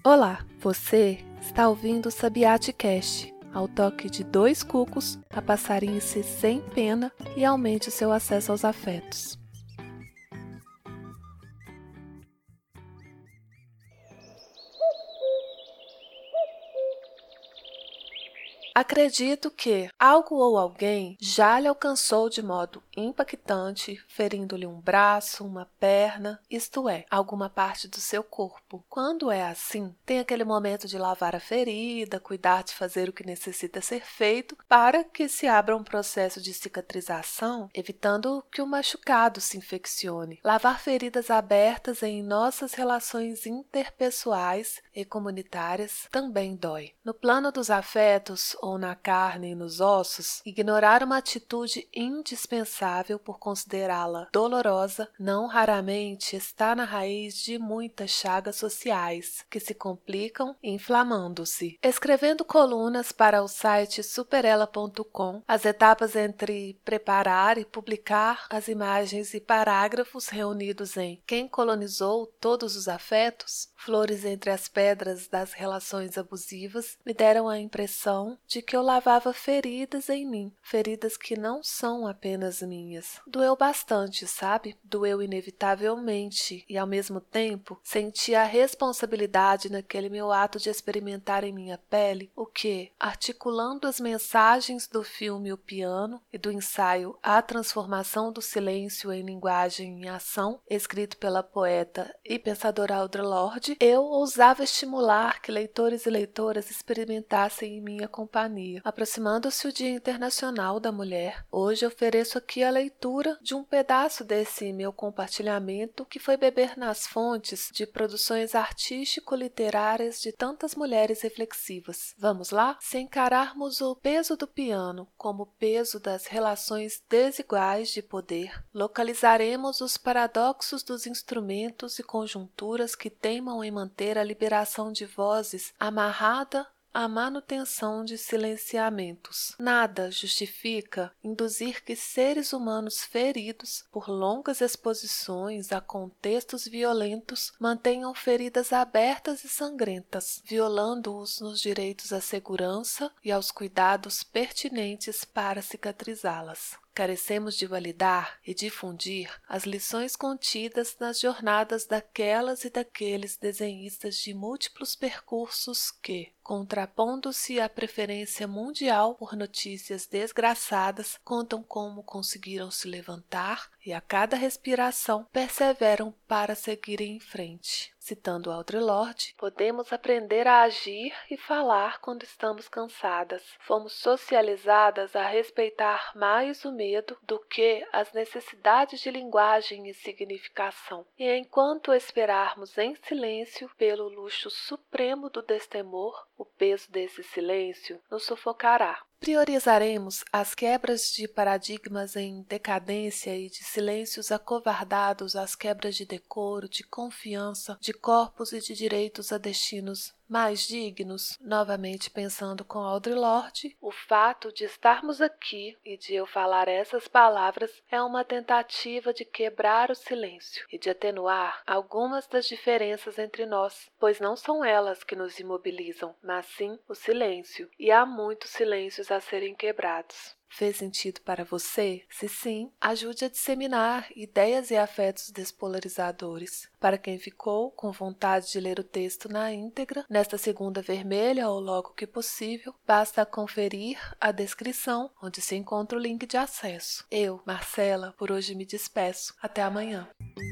Olá, você está ouvindo o Sabiate Cast, ao toque de 2 cucos, apassarinhe-se sem pena e aumente o seu acesso aos afetos. Acredito que algo ou alguém já lhe alcançou de modo impactante, ferindo-lhe um braço, uma perna, isto é, alguma parte do seu corpo. Quando é assim, tem aquele momento de lavar a ferida, cuidar de fazer o que necessita ser feito para que se abra um processo de cicatrização, evitando que o machucado se infeccione. Lavar feridas abertas em nossas relações interpessoais e comunitárias também dói. No plano dos afetos, ou na carne e nos ossos, ignorar uma atitude indispensável por considerá-la dolorosa não raramente está na raiz de muitas chagas sociais que se complicam inflamando-se. Escrevendo colunas para o site superela.com, as etapas entre preparar e publicar as imagens e parágrafos reunidos em Quem colonizou todos os afetos? Flores entre as pedras das relações abusivas me deram a impressão de que eu lavava feridas em mim, feridas que não são apenas minhas. Doeu bastante, sabe? Doeu inevitavelmente e, ao mesmo tempo, senti a responsabilidade naquele meu ato de experimentar em minha pele o que, articulando as mensagens do filme O Piano e do ensaio A Transformação do Silêncio em Linguagem em Ação, escrito pela poeta e pensadora Audre Lorde, eu ousava estimular que leitores e leitoras experimentassem em minha companhia. Aproximando-se o Dia Internacional da Mulher, hoje ofereço aqui a leitura de um pedaço desse meu compartilhamento que foi beber nas fontes de produções artístico-literárias de tantas mulheres reflexivas. Vamos lá? Se encararmos o peso do piano como o peso das relações desiguais de poder, localizaremos os paradoxos dos instrumentos e conjunturas que teimam em manter a liberação de vozes amarrada a manutenção de silenciamentos. Nada justifica induzir que seres humanos feridos por longas exposições a contextos violentos mantenham feridas abertas e sangrentas, violando-os nos direitos à segurança e aos cuidados pertinentes para cicatrizá-las. Carecemos de validar e difundir as lições contidas nas jornadas daquelas e daqueles desenhistas de múltiplos percursos que, contrapondo-se à preferência mundial por notícias desgraçadas, contam como conseguiram se levantar e a cada respiração perseveram para seguirem em frente. Citando Audre Lorde, podemos aprender a agir e falar quando estamos cansadas. Fomos socializadas a respeitar mais o medo do que as necessidades de linguagem e significação. E enquanto esperarmos em silêncio pelo luxo supremo do destemor, o peso desse silêncio nos sufocará. Priorizaremos as quebras de paradigmas em decadência e de silêncios acovardados às quebras de decoro, de confiança, de corpos e de direitos a destinos mais dignos. Novamente pensando com Audre Lorde, o fato de estarmos aqui e de eu falar essas palavras é uma tentativa de quebrar o silêncio e de atenuar algumas das diferenças entre nós, pois não são elas que nos imobilizam, mas sim o silêncio, e há muitos silêncios a serem quebrados. Fez sentido para você? Se sim, ajude a disseminar ideias e afetos despolarizadores. Para quem ficou com vontade de ler o texto na íntegra, nesta segunda vermelha ou logo que possível, basta conferir a descrição, onde se encontra o link de acesso. Eu, Marcela, por hoje me despeço. Até amanhã.